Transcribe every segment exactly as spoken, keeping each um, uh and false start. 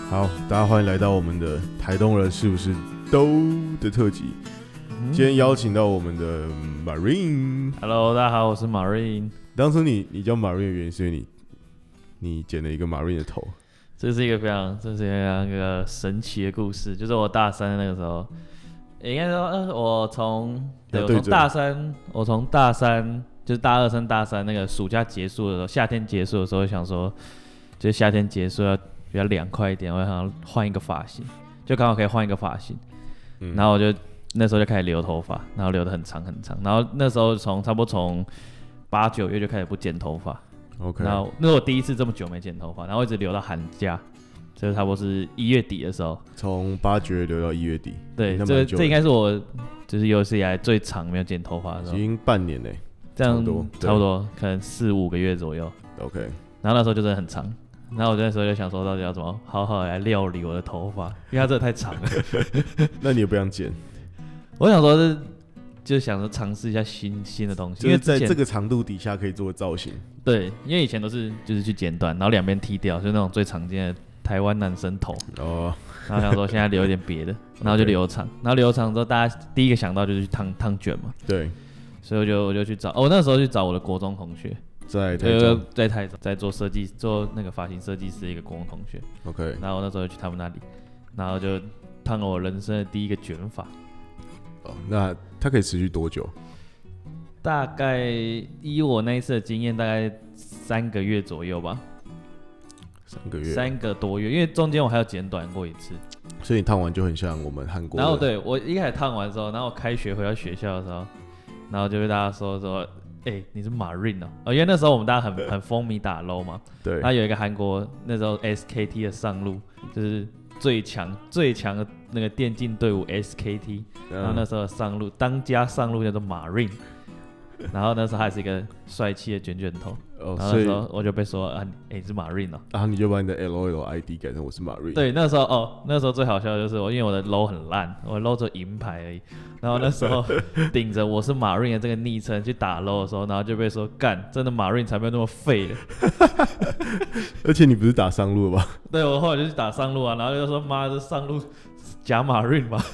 好，大家欢迎来到我们的台东人是不是都的特辑。嗯、今天邀请到我们的 Marine。Hello， 大家好，我是 Marine。 当初你你叫 Marine 的原因是因为你你剪了一个 Marine 的头。 这是一个非常这是一个一个神奇的故事，就是我大三的那个时候，应该说，呃，我从对我从大三，我从大三就是大二升大三那个暑假结束的时候，夏天结束的时候，想说，就是夏天结束要比较凉快一点，我想换一个发型，就刚好可以换一个发型，嗯、然后我就那时候就开始留头发，然后留得很长很长，然后那时候从差不多从八九月就开始不剪头发。 OK， 然后那是我第一次这么久没剪头发，然后一直留到寒假，就是差不多是一月底的时候， 从八九月留到一月底。 对，这这应该是我就是有史以来最长没有剪头发的时候， 已经半年嘞， 这样差不多，差不多可能四五个月左右。 OK， 然后那时候就真的很长，然后我那时候就想说，到底要怎么好好来料理我的头发，因为它真的太长了。 那你也不想剪？ 我想说是。就想着尝试一下新新的东西， 就是在这个长度底下可以做造型。 对，因为以前都是就是去剪短，然后两边剃掉，就是那种最常见的台湾男生头。哦。然后想说现在留一点别的，然后就留长，然后留长之后，大家第一个想到就是去烫烫卷嘛。 对。 所以我就我就去找，哦，我那时候去找我的国中同学， 在台中， 在台中在做设计，做那个发型设计师的一个国中同学。 OK。 然后我那时候就去他们那里，然后就烫了我人生的第一个卷发。 哦，那它可以持续多久？ 大概依我那一次的经验，大概三个月左右吧。 三个月， 三个多月，因为中间我还有剪短过一次。 所以你烫完就很像我们韩国。 然后对我一开始烫完之后，然后我开学回到学校的时候，然后就被大家说说，哎、欸，你是 Marine 哦、喔，因为那时候我们大家很很风靡打 low 嘛。 对。 然后有一个韩国那时候 S K T 的上路，就是最强最强的那个电竞队伍 S K T，、嗯、然后那时候上路当家上路叫做 Marine， 然后那时候还是一个帅气的卷卷头，哦、然后那时候我就被说啊，哎、欸，你是 Marine 哦、喔， 然后你就把你的 L O L I D 改成我是 Marine。 对，那时候哦，那时候最好笑的就是我，因为我的 low 很烂，我 low 只有银牌而已，然后那时候顶着我是 Marine 的这个昵称去打 low 的时候，然后就被说干，真的 Marine 才没有那么废的。 而且你不是打上路吧？ 对，我后来就去打上路啊，然后就说妈这上路假 Marine 吧。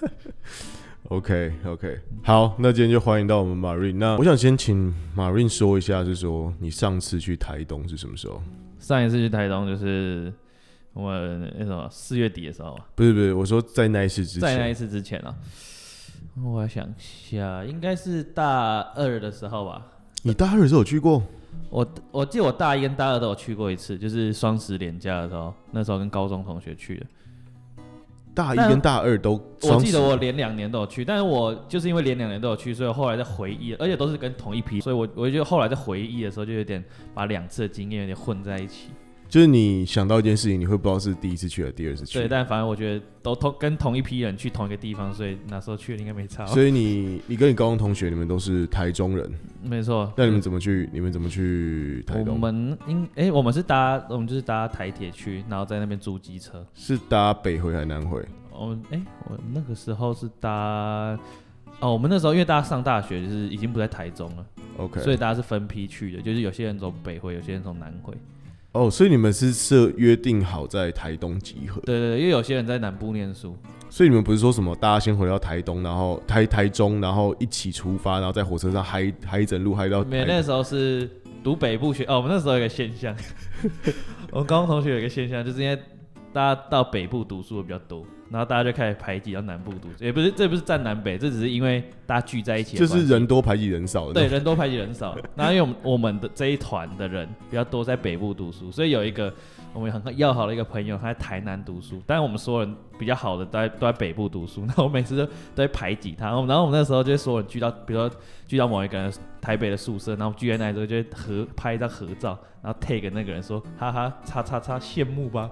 OK OK， 好，那今天就欢迎到我们 Marine。那我想先请 Marine 说一下，是说你上次去台东是什么时候？ 上一次去台东就是我们那什么四月底的时候。 不是不是，我说在那一次之前。 在那一次之前啊，我想一下，应该是大二的时候吧。 你大二的时候有去过？ 我我记得我大一跟大二都有去过一次，就是双十连假的时候，那时候跟高中同学去的。 大一跟大二都， 我记得我连两年都有去，但是我就是因为连两年都有去，所以我后来在回忆，而且都是跟同一批，所以我我觉得后来在回忆的时候，就有点把两次的经验有点混在一起。 就是你想到一件事情，你会不知道是第一次去还是第二次去。 对，但反正我觉得都同跟同一批人去同一个地方，所以那时候去了应该没差。 所以你你跟你高中同学，你们都是台中人， 没错。 那你们怎么去？你们怎么去台东？ 我们应哎、欸，我们是搭我们就是搭台铁去，然后在那边租机车。 是搭北回还是南回？ 我们哎、欸，我那个时候是搭哦，我们那时候因为大家上大学就是已经不在台中了 ，OK， 所以大家是分批去的，就是有些人从北回，有些人从南回。 哦，所以你们是设约定好在台东集合？ 对对对，因为有些人在南部念书， 所以你们不是说什么大家先回到台东，然后台台中，然后一起出发，然后在火车上嗨嗨一整路嗨到台。 没有，那时候是读北部学哦。我们那时候有一个现象，我们高中同学有一个现象，就是因为大家到北部读书的比较多，然后大家就开始排挤到南部读书，也不是这不是站南北，这只是因为大家聚在一起的， 就是人多排挤人少的。 对，人多排挤人少。然后因为我们我们的这一团的人比较多在北部读书，所以有一个我们很要好的一个朋友，他在台南读书，但是我们所有人比较好的都在都在北部读书，然后我每次都都会排挤他。然后我们那时候就会所有人聚到，比如说聚到某一个人台北的宿舍，然后聚在那里之后就会合拍一张合照，然后 tag 那个人说哈哈叉叉叉羡慕吧。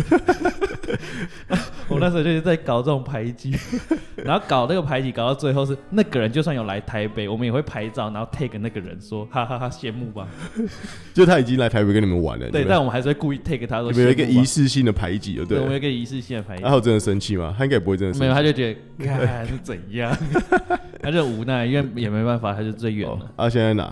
我那时候就是在搞这种排挤，然后搞那个排挤搞到最后是那个人就算有来台北，我们也会拍照，然后 tag 那个人说哈哈哈羡慕吧。 就他已经来台北跟你们玩了， 对，但我们还是会故意 tag 他说。 你们有一个仪式性的排挤，对不对？ 我们有一个仪式性的排挤。 然后真的生气吗？他应该也不会真的生气。 没有，他就觉得看是怎样，他就无奈，因为也没办法，他就最远了。 哦、啊，现在哪？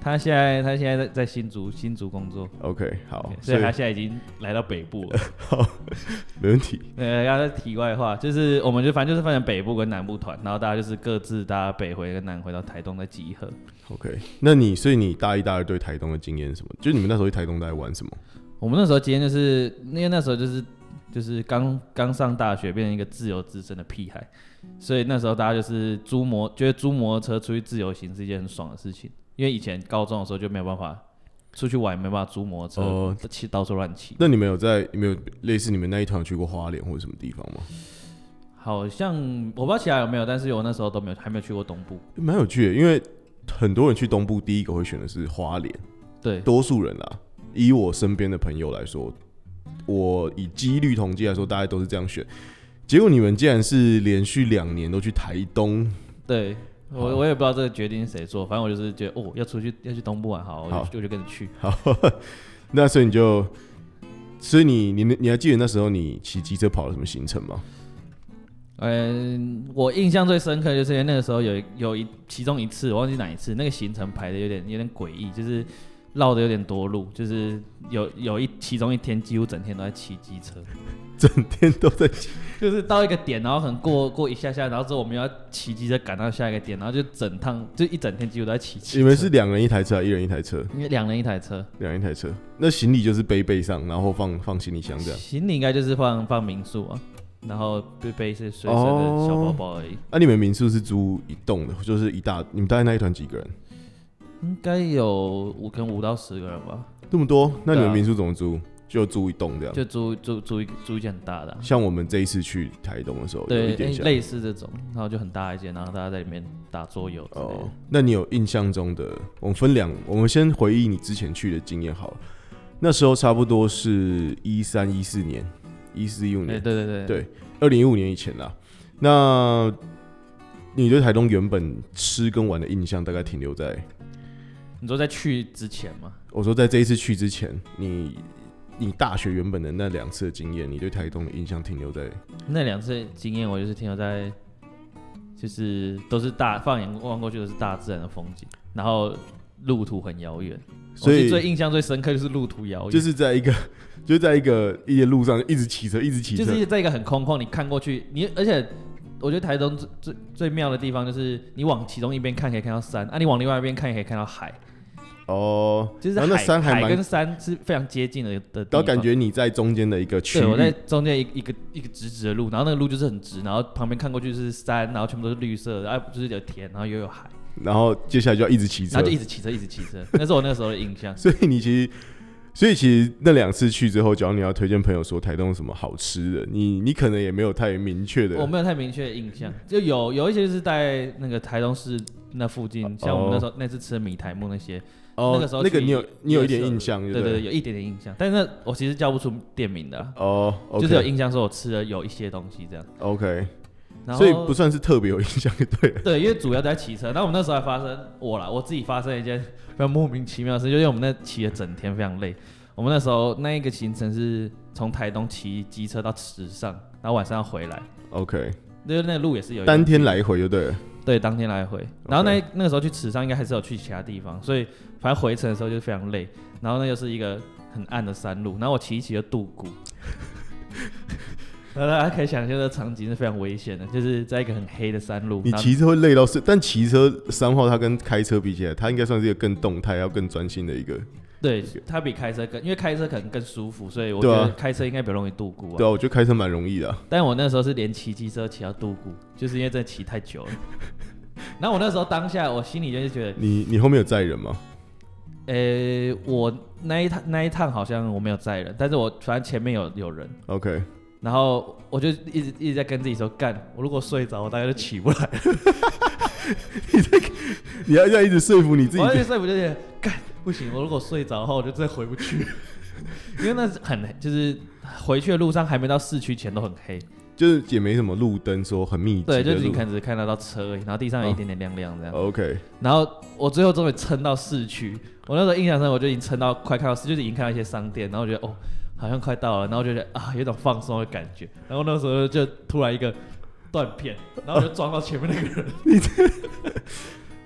他现在他现在 在, 在新竹新竹工作 ，OK， 好， 所以他现在已经来到北部了。 好，没问题。 呃，要再题外话，就是我们就反正就是分成北部跟南部团，然后大家就是各自大家北回跟南回到台东再集合。 OK， 那你所以你大一大二对台东的经验是什么？就你们那时候去台东在玩什么？ 我们那时候经验就是，因为那时候就是就是刚刚上大学，变成一个自由自身的屁孩，所以那时候大家就是租摩，觉得租摩托车出去自由行是一件很爽的事情。因为以前高中的时候就没有办法出去玩，没办法租摩托车，骑、哦、到处乱骑。 那你们有在有没有类似你们那一团有去过花莲或者什么地方吗？ 好像我不知道其他有没有，但是我那时候都没有，还没有去过东部。 蛮有趣的，因为很多人去东部第一个会选的是花莲， 对， 多数人啦。以我身边的朋友来说，我以几率统计来说，大家都是这样选。结果你们竟然是连续两年都去台东， 对。我我也不知道这个决定是谁做，反正我就是觉得哦，要出去要去东部玩，好，我 就, 好我就跟着去。 好，那所以你就，所以你你你还记得那时候你骑机车跑了什么行程吗？ 嗯，我印象最深刻的就是因为那个时候有有一其中一次我忘记哪一次，那个行程排的有点有点诡异，就是绕的有点多路，就是有有一其中一天几乎整天都在骑机车， 整天都在骑。 就是到一个点，然后可能过过一下下，然后之后我们要骑机车赶到下一个点，然后就整趟就一整天几乎都在骑机车。 你们是两人一台车还是一人一台车？ 因为两人一台车， 两人一台车。那行李就是背背上，然后放放行李箱这样。 行李应该就是放放民宿啊，然后背背一些随身的小包包而已。 那、哦啊、你们民宿是租一栋的，就是一大，你们大概那一团几个人？ 应该有五，可能五到十个人吧。 这么多？那你们民宿怎么租？就租一栋这样， 就租租租一租一间很大的、啊， 像我们这一次去台东的时候， 对， 有一点像类似这种，然后就很大一间，然后大家在里面打桌游之类的。哦， 那你有印象中的？我们分两，我们先回忆你之前去的经验好了。那时候差不多是一三一四年，一四一五年， 对对对对，二零一五年以前啦。那你对台东原本吃跟玩的印象大概停留在？ 你说在去之前吗？ 我说在这一次去之前，你。你大学原本的那两次的经验，你对台东的印象停留在那两次经验，我就是停留在，就是都是大放眼望过去都是大自然的风景，然后路途很遥远，所以最印象最深刻就是路途遥远， 就是在一个就是在一个一些路上一直骑车，一直骑车， 就是在一个很空旷，你看过去，你而且我觉得台东最最最妙的地方就是你往其中一边看可以看到山，啊，你往另外一边看也可以看到海。哦，就是 海, 那山还海跟山是非常接近的的地方， 然后感觉你在中间的一个区域， 对，我在中间一个一个一个直直的路，然后那个路就是很直，然后旁边看过去是山，然后全部都是绿色的，然后就是有田，然后又有海， 然后接下来就要一直骑车， 然后就一直骑车，一直骑车，那是我那个时候的印象。 所以你其实，所以其实那两次去之后，假如你要推荐朋友说台东有什么好吃的，你你可能也没有太明确的， 我没有太明确的印象，就有有一些是在那个台东市那附近，像我们那时候、哦、那次吃的米苔木那些。哦，那个时候那个你有你有一点印象， 对对对，有一点点印象，但是那我其实叫不出店名的、啊、 哦、okay ， 就是有印象说我吃了有一些东西这样 ，OK， 所以不算是特别有印象就对了。 对，因为主要在骑车，然后我们那时候还发生我啦，我自己发生一件非常莫名其妙的事，就是我们那骑了整天非常累，我们那时候那一个行程是从台东骑机车到池上，然后晚上要回来 ，OK， 就是那个路也是有单天来回就对了。 对，当天来回，然后那、okay. 那个时候去池上应该还是有去其他地方，所以反正回程的时候就非常累，然后那又是一个很暗的山路，然后我骑一骑就肚骨，然后大家可以想象这个场景是非常危险的，就是在一个很黑的山路， 你骑车会累到是，但骑车三号它跟开车比起来，它应该算是一个更动态、要更专心的一个。 对，它比开车更，因为开车可能更舒服，所以我觉得开车应该比较容易度过、啊。 对啊，我觉得开车蛮容易的、啊。 但我那时候是连骑机车骑到度过，就是因为真的骑太久了。然后我那时候当下，我心里就是觉得， 你你后面有载人吗？ 呃、欸，我那一趟那一趟好像我没有载人，但是我反正前面有有人。 OK。 然后我就一直一直在跟自己说，干，我如果睡着，我大概就起不来了。 你在你要要一直说服你自己， 我要一直说服就觉得干。不行，我如果睡着的话，我就再回不去，因为那是很就是回去的路上还没到市区前都很黑， 就是也没什么路灯说很密集， 对，就是你可能只看得到车而已，然后地上有一点点亮亮这样。 哦、OK， 然后我最后终于撑到市区，我那时候印象中我就已经撑到快看到市，就是已经看到一些商店，然后我觉得哦好像快到了，然后就觉得啊有种放松的感觉，然后那时候就突然一个断片，然后我就撞到前面那个人。你这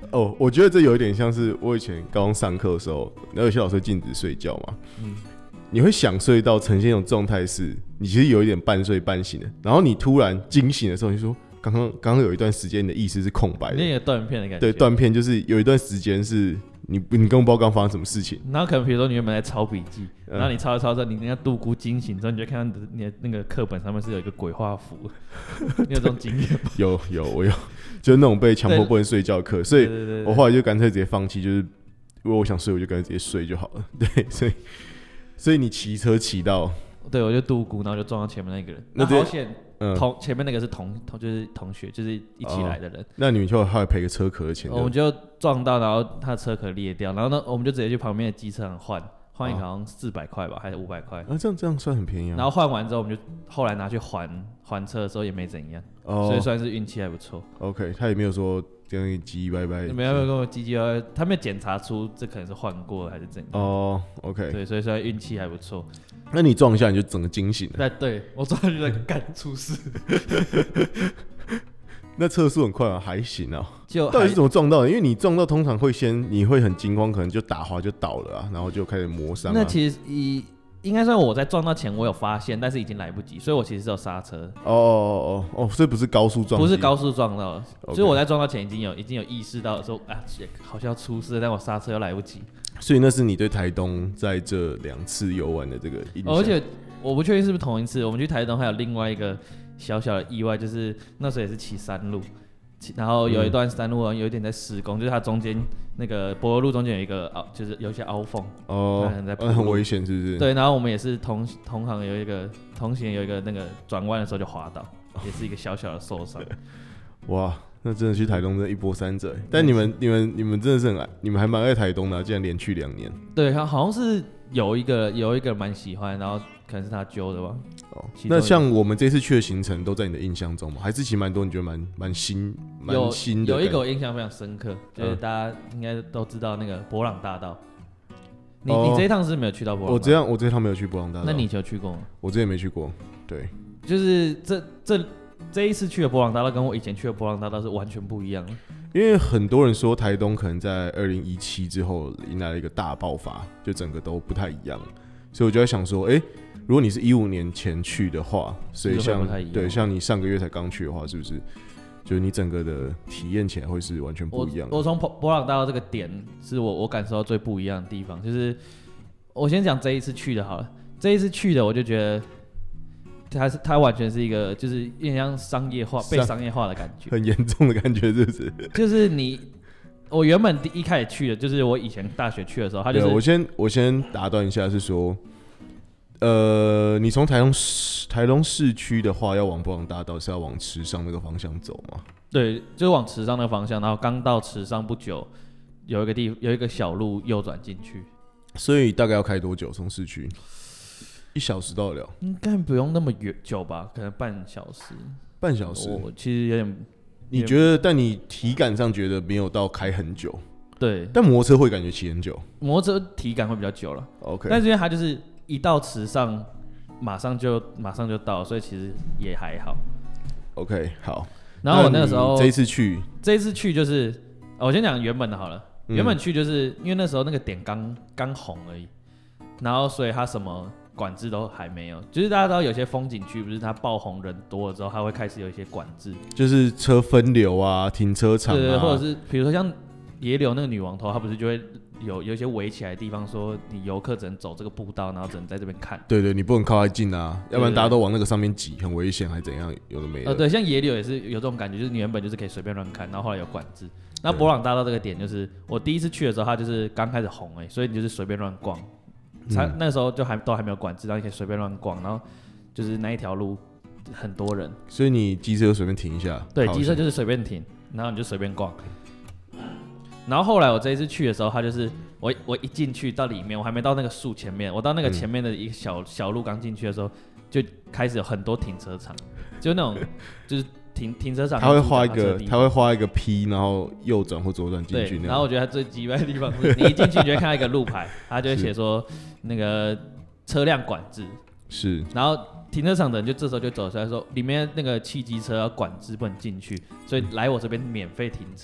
哦，我觉得这有一点像是我以前高中上课的时候，然后有些老师禁止睡觉嘛，嗯，你会想睡到呈现一种状态是，你其实有一点半睡半醒的，然后你突然惊醒的时候，你说刚刚刚刚有一段时间你的意识是空白的， 那个断片的感觉， 对，断片就是有一段时间是你你根本不知道刚发生什么事情， 然后可能比如说你原本在抄笔记，然后你抄着抄着，你那个度孤惊醒之后，你就看到你的那个课本上面是有一个鬼画符，你有这种经验吗？ 有有我有，就是那种被强迫不能睡觉的课，所以我后来就干脆直接放弃，就是如果我想睡，我就干脆直接睡就好了。对，所以所以你骑车骑到， 对，我就度孤，然后就撞到前面那个人，那好险。嗯、同前面那个是同同就是同学，就是一起来的人。哦、 那你们就后来赔个车壳的钱？ 我们就撞到，然后他的车壳裂掉，然后呢，我们就直接去旁边的机车行换，换一个好像四百块吧，还是五百块？ 啊，这样这样算很便宜啊。 然后换完之后，我们就后来拿去还还车的时候也没怎样，哦、所以算是运气还不错。 OK， 他也没有说这样唧唧歪歪， 没有没有跟我唧唧歪歪，他没检查出这可能是换过还是怎样。 哦 ，OK， 对，所以算运气还不错。 那你撞一下你就整个惊醒了。 对，对我撞上去在干出事。 那车速很快啊，还行啊。 就到底是怎么撞到的？因为你撞到通常会先你会很惊慌，可能就打滑就倒了啊，然后就开始磨伤、啊。 那其实以应该算我在撞到前我有发现，但是已经来不及，所以我其实是有刹车。 哦哦哦哦，所以不是高速撞， 不是高速撞到的， okay. 所以我在撞到前已经有已经有意识到说啊，好像要出事了，但我刹车又来不及。 所以那是你对台东在这两次游玩的这个印象、 哦，而且我不确定是不是同一次，我们去台东还有另外一个小小的意外，就是那时候也是骑山路，然后有一段山路有一点在施工，就是它中间那个柏油路中间有一个凹，就是有一些凹缝， 哦，很危险是不是？ 对，然后我们也是同同行有一个同行有一个那个转弯的时候就滑倒，也是一个小小的受伤。 哇！那真的去台东真的一波三折，但你们、你们、你们真的是很爱，你们还蛮爱台东的、啊，竟然连去两年。 对，好像是有一个有一个蛮喜欢，然后可能是他揪的吧。 哦，那像我们这次去的行程都在你的印象中吗？还是其实蛮多你觉得蛮蛮新、蛮新的？ 有一个我印象非常深刻，就是大家应该都知道那个伯朗大道。你、哦、你这一趟是没有去到伯朗大道？ 我这样我这一趟没有去伯朗大道。 那你有去过吗？ 我之前没去过。对， 就是这这。这一次去的伯朗大道跟我以前去的伯朗大道是完全不一样的， 因为很多人说台东可能在二零一七之后迎来了一个大爆发，就整个都不太一样，所以我就在想说，哎、欸，如果你是一五年前去的话，所以像对像你上个月才刚去的话，是不是就是你整个的体验起来会是完全不一样的？ 我从伯朗大道这个点是我我感受到最不一样的地方，就是我先讲这一次去的好了，这一次去的我就觉得。它是它完全是一个，就是有点像商业化、被商业化的感觉， 很严重的感觉，是不是？ 就是你，我原本第一开始去的，就是我以前大学去的时候，它就是。 我先我先打断一下，是说，呃，你从台东市台东市区的话，要往伯朗大道是要往池上那个方向走吗？ 对，就是往池上那个方向，然后刚到池上不久，有一个地有一个小路右转进去。 所以大概要开多久？从市区？一小时到得了， 应该不用那么久吧？可能半小时。 半小时， 我其实有点。 你觉得？但你体感上觉得没有到开很久。 对。 但摩托车会感觉骑很久。 摩托车体感会比较久了。 OK。 但是因为它就是一到池上，马上就马上就到，所以其实也还好。 OK， 好。 然后我那个时候这一次去， 这一次去就是，我先讲原本的好了。嗯、原本去就是因为那时候那个点刚刚红而已，然后所以它什么。管制都还没有，就是大家知道有些风景区不是它爆红人多了之后，它会开始有一些管制， 就是车分流啊、停车场啊， 对对，或者是比如说像野柳那个女王头，它不是就会有有一些围起来的地方，说你游客只能走这个步道，然后只能在这边看。 对对，你不能靠太近啊，要不然大家都往那个上面挤，很危险，还怎样？有的没的。 呃，对，像野柳也是有这种感觉，就是你原本就是可以随便乱看，然后后来有管制。那伯朗大道这个点，就是我第一次去的时候，它就是刚开始红哎、欸，所以你就是随便乱逛。嗯、那时候就还都还没有管制，然后你可以随便乱逛，然后就是那一条路很多人， 所以你机车就随便停一下。 对，机车就是随便停，然后你就随便逛。然后后来我这一次去的时候，他就是我我一进去到里面，我还没到那个树前面，我到那个前面的一个小、嗯、小路刚进去的时候，就开始有很多停车场，就那种就是停停车场。 他会画一个，他会画一个 P， 然后右转或左转进去那。 然后我觉得他最鸡掰的地方是，你一进去你就会看到一个路牌，他就会写说那个车辆管制。 是。 然后停车场的人就这时候就走出来说，里面那个汽机车要管制，不能进去，所以来我这边免费停车。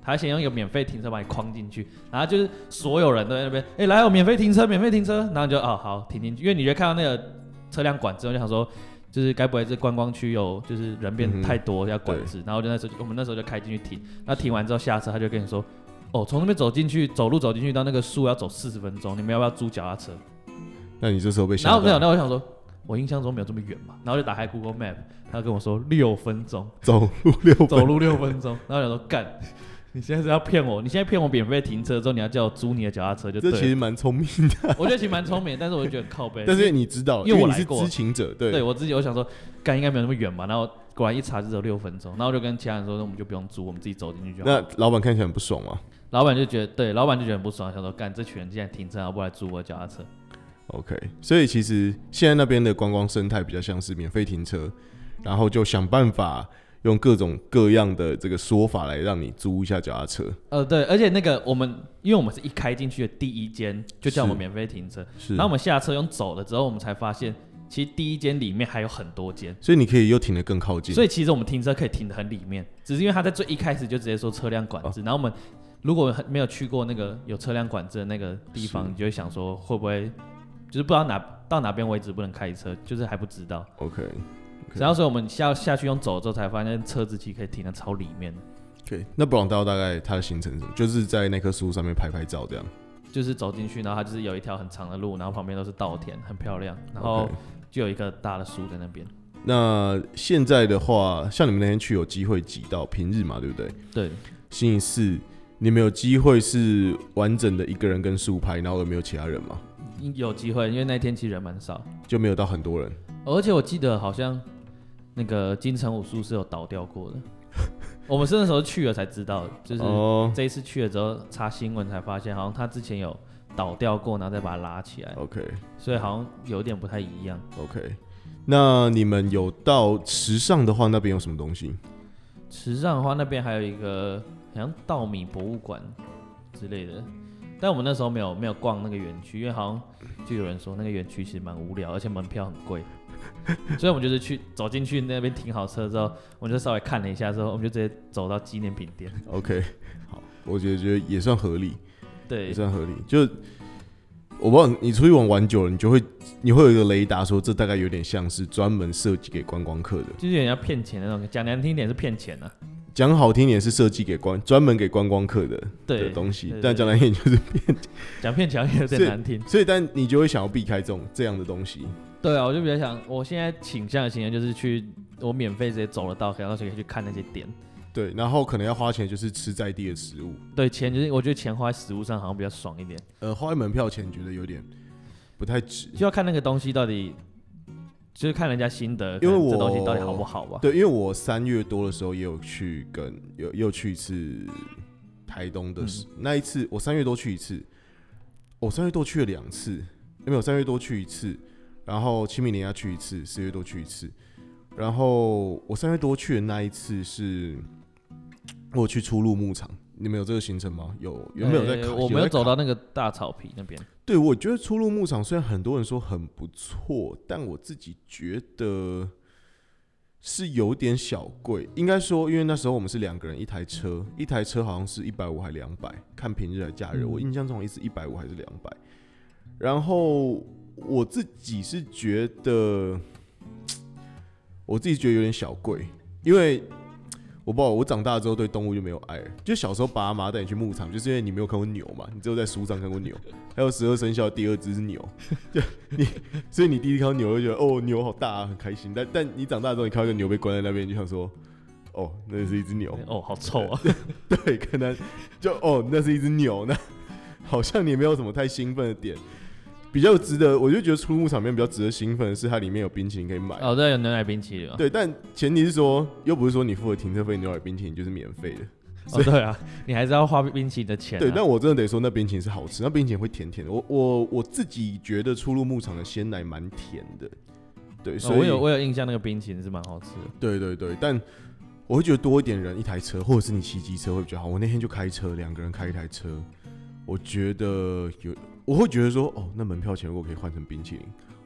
他先用一个免费停车把你框进去，然后就是所有人都在那边，哎、欸，来有免费停车，免费停车，然后你就哦好停进去，因为你就看到那个车辆管制，我就想说。就是该不会是观光区有就是人变太多要管制，嗯、然后就那时候我们那时候就开进去停，那停完之后下车，他就跟你说，哦，从那边走进去，走路走进去到那个树要走四十分钟，你们要不要租脚踏车？ 那你这时候被吓到？ 然后没有，那我想说，我印象中没有这么远嘛，然后就打开 Google Map， 他跟我说六分钟， 走路六分钟， 走路六分钟，然后我想说干。你现在是要骗我？你现在骗我免费停车之后，你要叫我租你的脚踏车就对了。 这其实蛮聪明的， 我觉得其实蛮聪明，但是我就觉得很靠背。 但是你知道，因为我是知情者，对， 对我自己我想说，干应该没有那么远嘛。然后果然一查就只有六分钟，然后我就跟其他人说，那我们就不用租，我们自己走进去就好。 那老板看起来很不爽吗？ 老板就觉得，对，老板就觉得很不爽，想说，干这群人竟然停车，然后不来租我的脚踏车。 OK， 所以其实现在那边的观光生态比较像是免费停车，然后就想办法。用各种各样的这个说法来让你租一下脚踏车。 呃，对，而且那个我们，因为我们是一开进去的第一间就叫我们免费停车，是。然后我们下车用走了之后，我们才发现，其实第一间里面还有很多间， 所以你可以又停得更靠近。 所以其实我们停车可以停得很里面，只是因为他在最一开始就直接说车辆管制，哦、然后我们如果没有去过那个有车辆管制的那个地方，你就会想说会不会就是不知道哪到哪边为止不能开车，就是还不知道。 OK。 然后所以我们下下去用走之后才发现车子其实可以停在超里面。 OK， 那布朗道大概它的行程是什么？就是在那棵树上面拍拍照这样。 就是走进去，然后它就是有一条很长的路，然后旁边都是稻田，很漂亮，然后就有一个大的树在那边。Okay. 那现在的话，像你们那天去有机会挤到平日嘛，对不对？ 对。 星期四你们有机会是完整的一个人跟树拍，然后有没有其他人吗？ 有机会，因为那天其实人蛮少， 就没有到很多人。 而且我记得好像。那个金城武树是有倒掉过的，我们是那时候去了才知道的，就是这一次去了之后查新闻才发现，好像他之前有倒掉过，然后再把它拉起来。 OK， 所以好像有点不太一样。 OK， 那你们有到池上的话，那边有什么东西？ 池上的话，那边还有一个好像稻米博物馆之类的，但我们那时候没有没有逛那个园区，因为好像就有人说那个园区其实蛮无聊，而且门票很贵。所以我们就是去走进去那边停好车之后，我们就稍微看了一下之后，我们就直接走到纪念品店。 OK， 好，我觉得觉得也算合理， 对， 也算合理。就我不知道你出去玩玩久了，你就会你会有一个雷达说，这大概有点像是专门设计给观光客的， 就是人家骗钱的那种。讲难听点是骗钱啊， 讲好听点是设计给观专门给观光客的的东西，对对对，但讲难听点就是骗。 讲骗钱也有点难听， 所以，所以但你就会想要避开这种这样的东西。 对啊，我就比较想，我现在倾向的行程就是去我免费直接走得到，然后就可以去看那些点。 对，然后可能要花钱，就是吃在地的食物。 对，钱就是我觉得钱花在食物上好像比较爽一点。 呃，花在门票钱觉得有点不太值， 就要看那个东西到底，就是看人家心得， 因为我这东西到底好不好吧？ 对，因为我三月多的时候也有去跟有又去一次台东的、嗯、那一次，我三月多去一次，我三月多去了两次，没有三月多去一次。然后清明年假去一次，四月多去一次。然后我三月多去的那一次是，我去初鹿牧场。你们有这个行程吗？有，有没有在卡？ 我没有走到那个大草皮那边。 对，我觉得初鹿牧场虽然很多人说很不错，但我自己觉得是有点小贵。应该说，因为那时候我们是两个人一台车，一台车好像是一百五还两百，看平日还假日。嗯、我印象中一次一百五还是两百。然后。我自己是觉得，我自己觉得有点小贵，因为我不知道，我长大之后对动物就没有爱了。就小时候爸妈带你去牧场，就是因为你没有看过牛嘛，你只有在书上看过牛，还有十二生肖第二只是牛，就你，所以你第一次看到牛就觉得哦牛好大、啊，很开心。但但你长大之后，你看到一个牛被关在那边，就想说，哦那是一只牛， 哦好臭啊， 对，可能就哦那是一只牛，那好像你没有什么太兴奋的点。比较值得，我就觉得初牧场里面比较值得兴奋的是，它里面有冰淇淋可以买。 哦，对，有牛奶冰淇淋。 对，但前提是说，又不是说你付了停车费，牛奶冰淇淋就是免费的。 哦，对啊，你还是要花冰淇淋的钱、啊。 对，但我真的得说，那冰淇淋是好吃，那冰淇淋会甜甜的。我我我自己觉得初鹿牧场的鲜奶蛮甜的。对，所以、 哦、我有我有印象，那个冰淇淋是蛮好吃的。 对对对，但我会觉得多一点人一台车，或者是你骑机车会比较好。我那天就开车，两个人开一台车，我觉得有。我会觉得说，哦，那门票钱如果可以换成冰淇淋，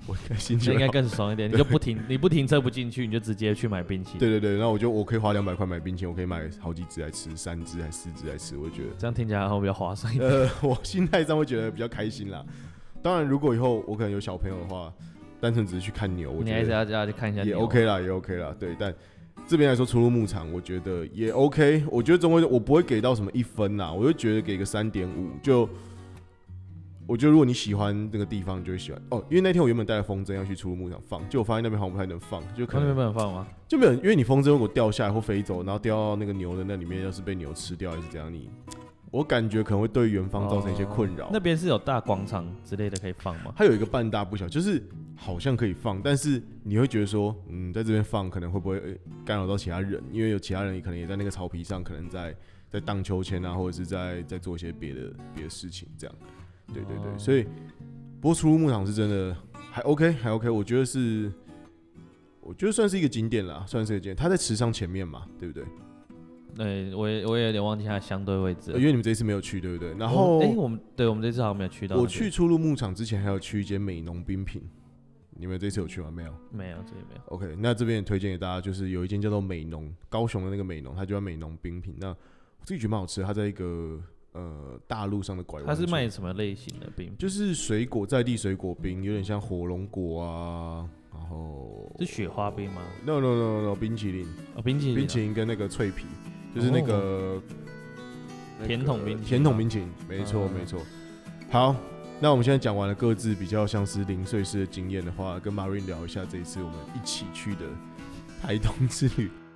我应该心情应该更爽一点，你就不停，你不停车不进去，你就直接去买冰淇淋。 对对对，然后我就我可以花两百块买冰淇淋，我可以买好几只来吃，三只还是四只来吃，我觉得这样听起来好像比较划算一点。 呃，我心态上会觉得比较开心啦。当然，如果以后我可能有小朋友的话，单纯只是去看牛，我觉得你还是要要去看一下牛， 也 OK 啦，也 OK 啦。对，但这边来说，出入牧场，我觉得也 OK。我觉得中规我不会给到什么一分啦，我就觉得给个三点五。就我觉得如果你喜欢这个地方，你就会喜欢哦。因为那天我原本带了风筝要去出入牧场放，就我发现那边好像不太能放，就可能那边不能放吗？ 就没有，因为你风筝如果掉下来或飞走，然后掉到那个牛的那里面，要是被牛吃掉还是怎样，你。我感觉可能会对园方造成一些困扰、哦。 那边是有大广场之类的可以放吗？ 它有一个半大不小，就是好像可以放，但是你会觉得说，嗯，在这边放可能会不会干扰到其他人？因为有其他人可能也在那个草皮上，可能在在荡秋千啊，或者是在在做一些别的别的事情，这样。对对对，哦、所以不过出入牧场是真的还 OK， 还 OK， 我觉得是，我觉得算是一个景点啦，算是一个景点。它在池上前面嘛，对不对？ 对，我也我也有点忘记它的相对位置、 呃，因为你们这一次没有去，对不对？然后， 哎、欸，我们对我们这次好像没有去到、那個。 我去出入牧场之前，还有去一间美浓冰品。你们这次有去吗？没有， 没有，这里没有。 OK， 那这边也推荐给大家，就是有一间叫做美浓，高雄的那个美浓，它就叫美浓冰品。那我自己觉得蛮好吃的，它在一个呃大路上的拐弯。 它是卖什么类型的冰？ 就是水果在地水果冰，有点像火龙果啊。然后是雪花冰吗 ？No No No No， 冰淇淋。 哦，冰淇淋、啊， 冰淇淋跟那个脆皮。就是那个、哦那個、 甜筒冰淇淋， 甜筒冰淇淋，没错、嗯、没错。好，那我们现在讲完了各自比较像是零碎式的经验的话，跟 Marine 聊一下这一次我们一起去的台东之旅。